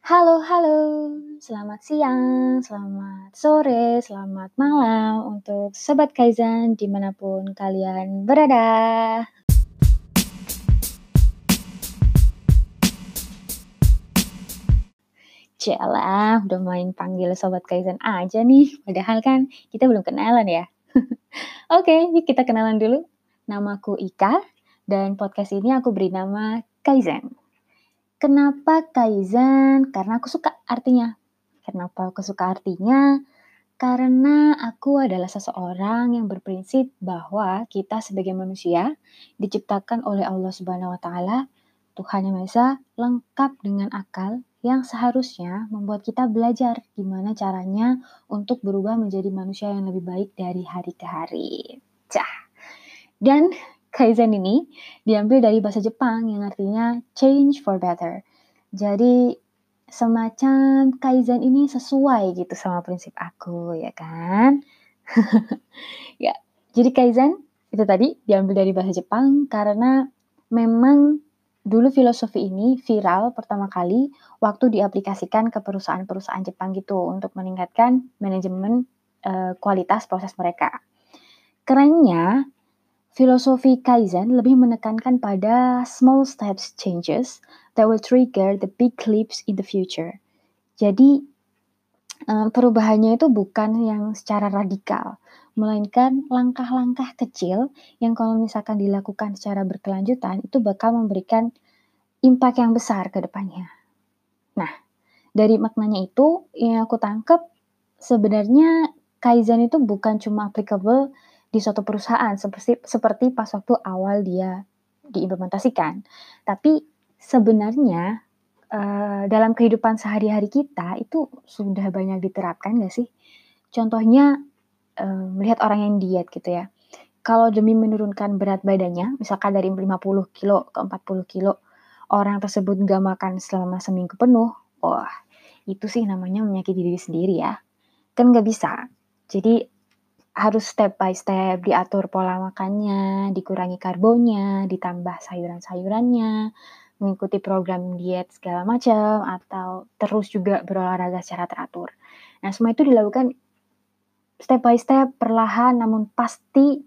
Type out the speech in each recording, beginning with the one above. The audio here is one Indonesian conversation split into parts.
Halo, halo. Selamat siang, selamat sore, selamat malam untuk Sobat Kaizen dimanapun kalian berada. Jalah, udah main panggil Sobat Kaizen aja nih, padahal kan kita belum kenalan ya. Oke, yuk kita kenalan dulu. Namaku Ika, dan podcast ini aku beri nama Kaizen. Kenapa Kaizen? Karena aku suka artinya. Kenapa aku suka artinya? Karena aku adalah seseorang yang berprinsip bahwa kita sebagai manusia diciptakan oleh Allah Subhanahu wa taala, Tuhan Yang Maha Esa, lengkap dengan akal yang seharusnya membuat kita belajar gimana caranya untuk berubah menjadi manusia yang lebih baik dari hari ke hari. Dan Kaizen ini diambil dari bahasa Jepang yang artinya change for better. Jadi semacam Kaizen ini sesuai gitu sama prinsip aku, ya kan? Ya, jadi Kaizen itu tadi diambil dari bahasa Jepang karena memang dulu filosofi ini viral pertama kali waktu diaplikasikan ke perusahaan-perusahaan Jepang gitu untuk meningkatkan manajemen kualitas proses mereka. Kerennya, filosofi Kaizen lebih menekankan pada small steps changes that will trigger the big leaps in the future. Jadi, perubahannya itu bukan yang secara radikal, melainkan langkah-langkah kecil yang kalau misalkan dilakukan secara berkelanjutan itu bakal memberikan impact yang besar ke depannya. Nah, dari maknanya itu yang aku tangkep sebenarnya Kaizen itu bukan cuma applicable di suatu perusahaan seperti pas waktu awal dia diimplementasikan. Tapi sebenarnya dalam kehidupan sehari-hari kita itu sudah banyak diterapkan nggak sih? Contohnya melihat orang yang diet gitu ya. Kalau demi menurunkan berat badannya, misalkan dari 50 kilo ke 40 kilo, orang tersebut nggak makan selama seminggu penuh, wah itu sih namanya menyakiti diri sendiri ya. Kan nggak bisa. Jadi harus step by step diatur pola makannya, dikurangi karbonnya, ditambah sayuran-sayurannya, mengikuti program diet segala macam, atau terus juga berolahraga secara teratur. Nah, semua itu dilakukan step by step, perlahan namun pasti,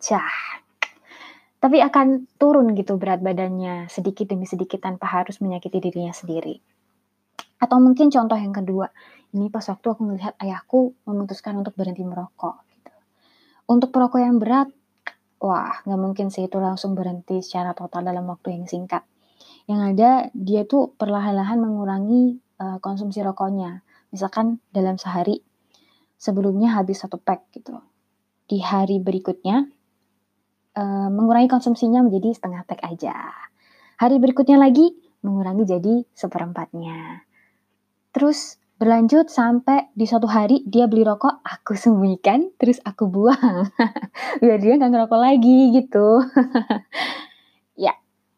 tapi akan turun gitu berat badannya sedikit demi sedikit tanpa harus menyakiti dirinya sendiri. Atau mungkin contoh yang kedua, ini pas waktu aku melihat ayahku memutuskan untuk berhenti merokok. Gitu. Untuk perokok yang berat, wah nggak mungkin sih itu langsung berhenti secara total dalam waktu yang singkat. Yang ada dia tuh perlahan-lahan mengurangi konsumsi rokoknya. Misalkan dalam sehari sebelumnya habis 1 pack gitu. Di hari berikutnya mengurangi konsumsinya menjadi setengah pack aja. Hari berikutnya lagi mengurangi jadi 1/4-nya. Terus berlanjut sampai di suatu hari dia beli rokok, aku sembunyikan, terus aku buang. Biar dia nggak ngerokok lagi gitu. Ya.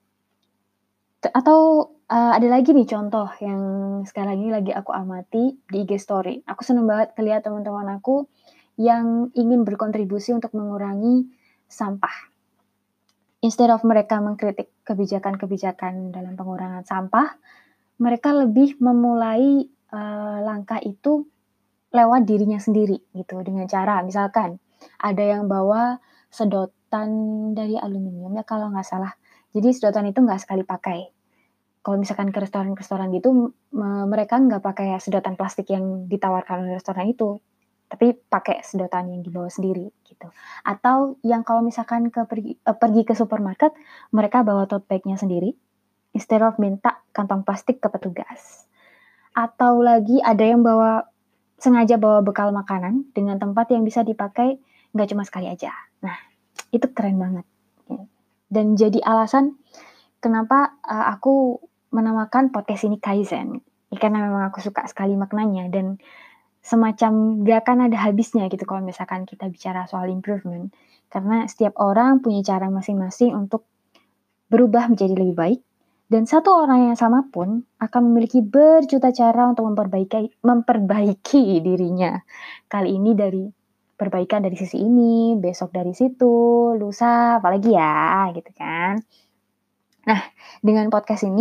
Atau ada lagi nih contoh yang sekarang ini lagi aku amati di IG story. Aku seneng banget ngeliat teman-teman aku yang ingin berkontribusi untuk mengurangi sampah. Instead of mereka mengkritik kebijakan-kebijakan dalam pengurangan sampah, mereka lebih memulai langkah itu lewat dirinya sendiri gitu, dengan cara misalkan ada yang bawa sedotan dari aluminium ya kalau nggak salah. Jadi sedotan itu nggak sekali pakai. Kalau misalkan ke restoran-restoran gitu, mereka nggak pakai sedotan plastik yang ditawarkan oleh restoran itu, tapi pakai sedotan yang dibawa sendiri gitu. Atau yang kalau misalkan pergi ke supermarket, mereka bawa tote bag-nya sendiri, instead of minta kantong plastik ke petugas. Atau lagi ada yang sengaja bawa bekal makanan dengan tempat yang bisa dipakai nggak cuma sekali aja. Nah, itu keren banget. Dan jadi alasan kenapa aku menamakan podcast ini Kaizen. Karena memang aku suka sekali maknanya dan semacam gak akan ada habisnya gitu kalau misalkan kita bicara soal improvement. Karena setiap orang punya cara masing-masing untuk berubah menjadi lebih baik. Dan satu orang yang sama pun akan memiliki berjuta cara untuk memperbaiki dirinya. Kali ini dari perbaikan dari sisi ini, besok dari situ, lusa apalagi ya gitu kan. Nah, dengan podcast ini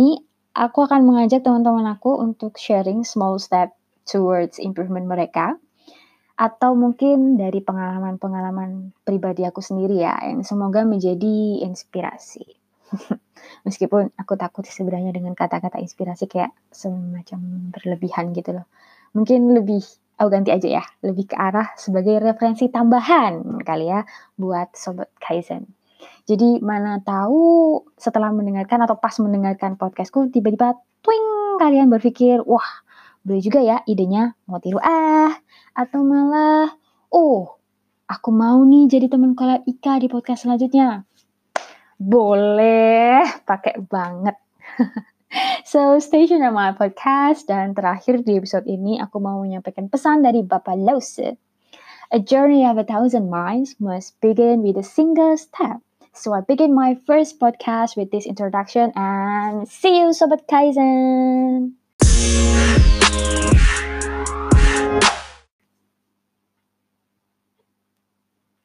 aku akan mengajak teman-teman aku untuk sharing small step towards improvement mereka, atau mungkin dari pengalaman-pengalaman pribadi aku sendiri ya, yang semoga menjadi inspirasi. Meskipun aku takut sebenarnya dengan kata-kata inspirasi kayak semacam berlebihan gitu loh. Mungkin lebih aku ganti aja ya, lebih ke arah sebagai referensi tambahan kali ya buat sobat Kaizen. Jadi mana tahu setelah mendengarkan atau pas mendengarkan podcastku tiba-tiba twing kalian berpikir, "Wah, boleh juga ya idenya mau tiru atau malah, "Oh, aku mau nih jadi teman collab Ika di podcast selanjutnya." Boleh, pakai banget. So, stay tune on my podcast. Dan terakhir di episode ini, aku mau menyampaikan pesan dari Bapak Lause. A journey of 1,000 miles must begin with a single step. So I begin my first podcast with this introduction and see you Sobat Kaizen!